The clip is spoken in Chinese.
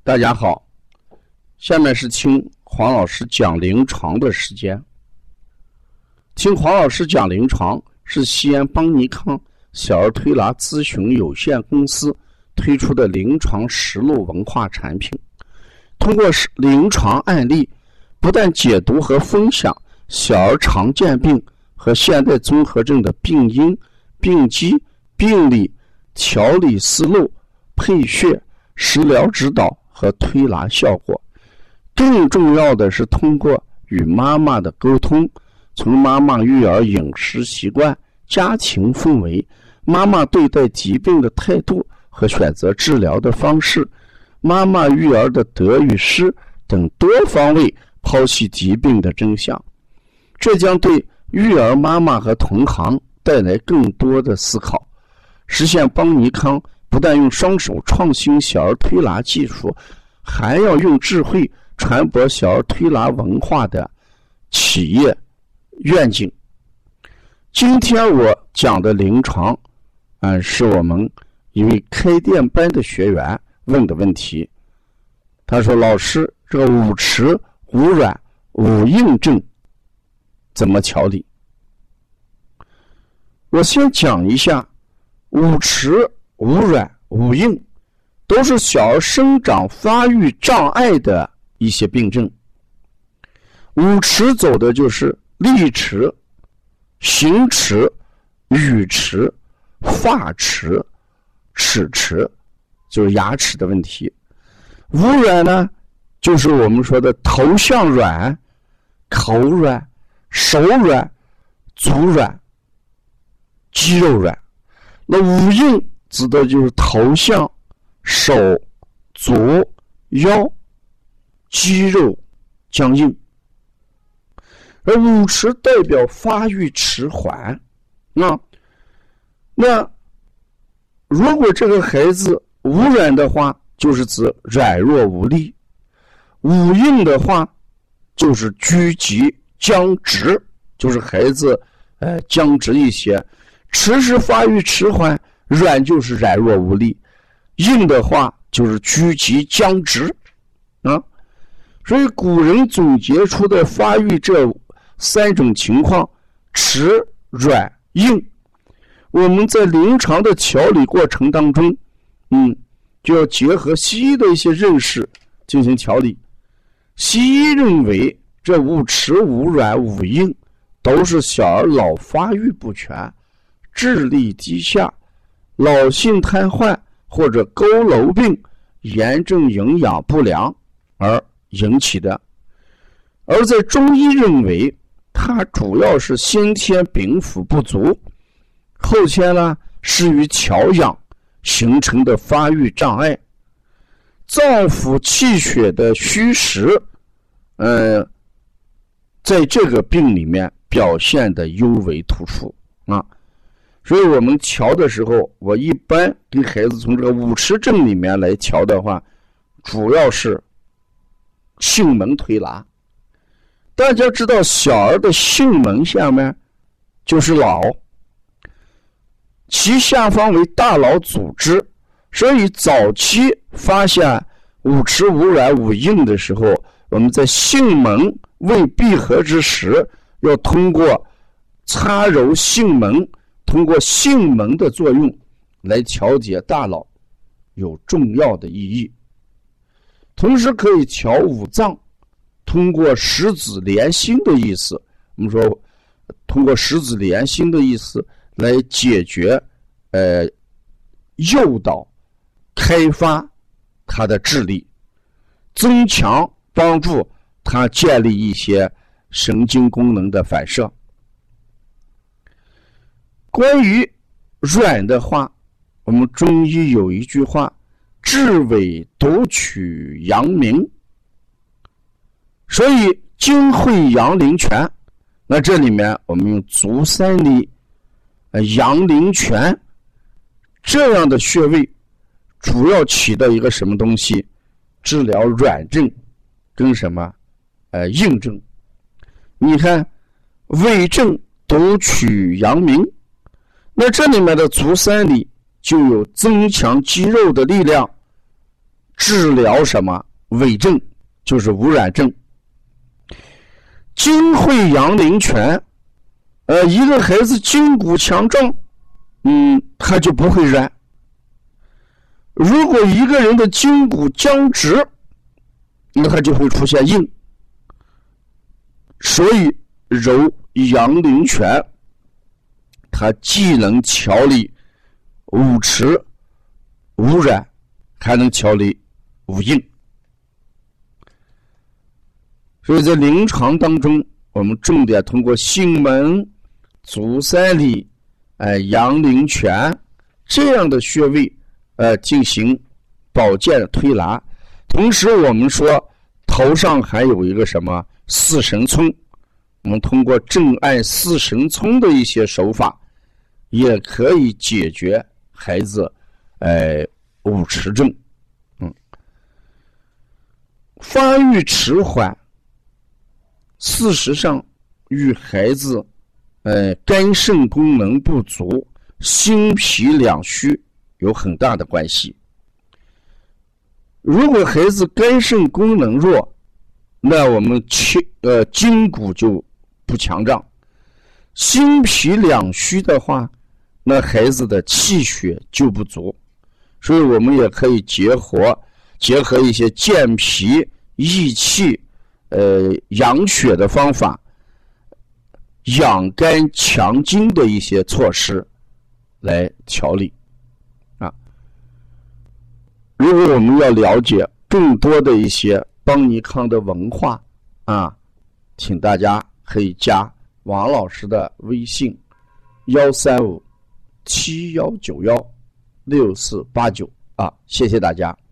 大家好，下面是听黄老师讲临床的时间。听黄老师讲临床是西安邦尼康小儿推拿咨询有限公司推出的临床实录文化产品，通过临床案例，不但解读和分享小儿常见病和现代综合症的病因、病机、病理、调理思路、配穴、食疗指导和推拿效果，更重要的是通过与妈妈的沟通，从妈妈育儿饮食习惯、家庭氛围、妈妈对待疾病的态度和选择治疗的方式、妈妈育儿的得与失等多方位剖析疾病的真相。这将对育儿妈妈和同行带来更多的思考，实现邦尼康不但用双手创新小儿推拿技术，还要用智慧传播小儿推拿文化的企业愿景。今天我讲的临床是我们一位开店班的学员问的问题。他说，老师，这个五迟五软五硬症怎么调理？我先讲一下，五迟五软五硬都是小儿生长发育障碍的一些病症。五迟走的就是立迟、行迟、语迟、发迟、齿迟，就是牙齿的问题。五软呢，就是我们说的头项软、口软、手软、足软、肌肉软。那五硬指的就是头项、手、足、腰肌肉僵硬。而五迟代表发育迟缓。那如果这个孩子五软的话，就是指软弱无力；五硬的话，就是拘急僵直，就是孩子僵直一些。迟是发育迟缓，软就是软弱无力，硬的话就是拘急僵直所以古人总结出的发育这三种情况，迟、软、硬，我们在临床的调理过程当中就要结合西医的一些认识进行调理。西医认为这五迟五软五硬都是小儿脑发育不全、智力低下、脑性瘫痪或者佝偻病炎症营养不良而引起的。而在中医认为，它主要是先天禀赋不足，后天呢失于调养形成的发育障碍。脏腑气血的虚实在这个病里面表现的尤为突出所以我们调的时候，我一般给孩子从这个五迟症里面来调的话，主要是囟门推拿。大家知道小儿的囟门下面就是脑，其下方为大脑组织，所以早期发现五迟五软五硬的时候，我们在囟门未闭合之时，要通过擦揉囟门，通过囟门的作用来调节大脑，有重要的意义。同时可以调五脏，通过十子连心的意思，我们说通过十子连心的意思来解决诱导开发他的智力，增强帮助他建立一些神经功能的反射。关于软的话，我们中医有一句话，治伪独取阳明，所以精会阳陵泉。那这里面我们用足三里、阳陵泉这样的穴位，主要起到一个什么东西？治疗软症跟什么硬症。你看伪症独取阳明，那这里面的足三里就有增强肌肉的力量， 治疗什么痿症，就是污染症。筋会养灵泉，一个孩子筋骨强壮，他就不会软。如果一个人的筋骨僵直，那他就会出现硬。所以揉阳陵泉，它既能调理五迟污染，还能调理五硬。所以在临床当中，我们重点通过囟门、足三里、阳陵泉这样的穴位进行保健推拿。同时我们说头上还有一个什么四神聪，我们通过正按四神聪的一些手法，也可以解决孩子五迟症。发育迟缓，事实上与孩子肝肾功能不足、心脾两虚有很大的关系。如果孩子肝肾功能弱，那我们筋骨就不强壮；心脾两虚的话，那孩子的气血就不足。所以我们也可以结合一些健脾益气养血的方法，养肝强筋的一些措施来调理如果我们要了解更多的一些邦尼康的文化请大家可以加王老师的微信13571916489谢谢大家。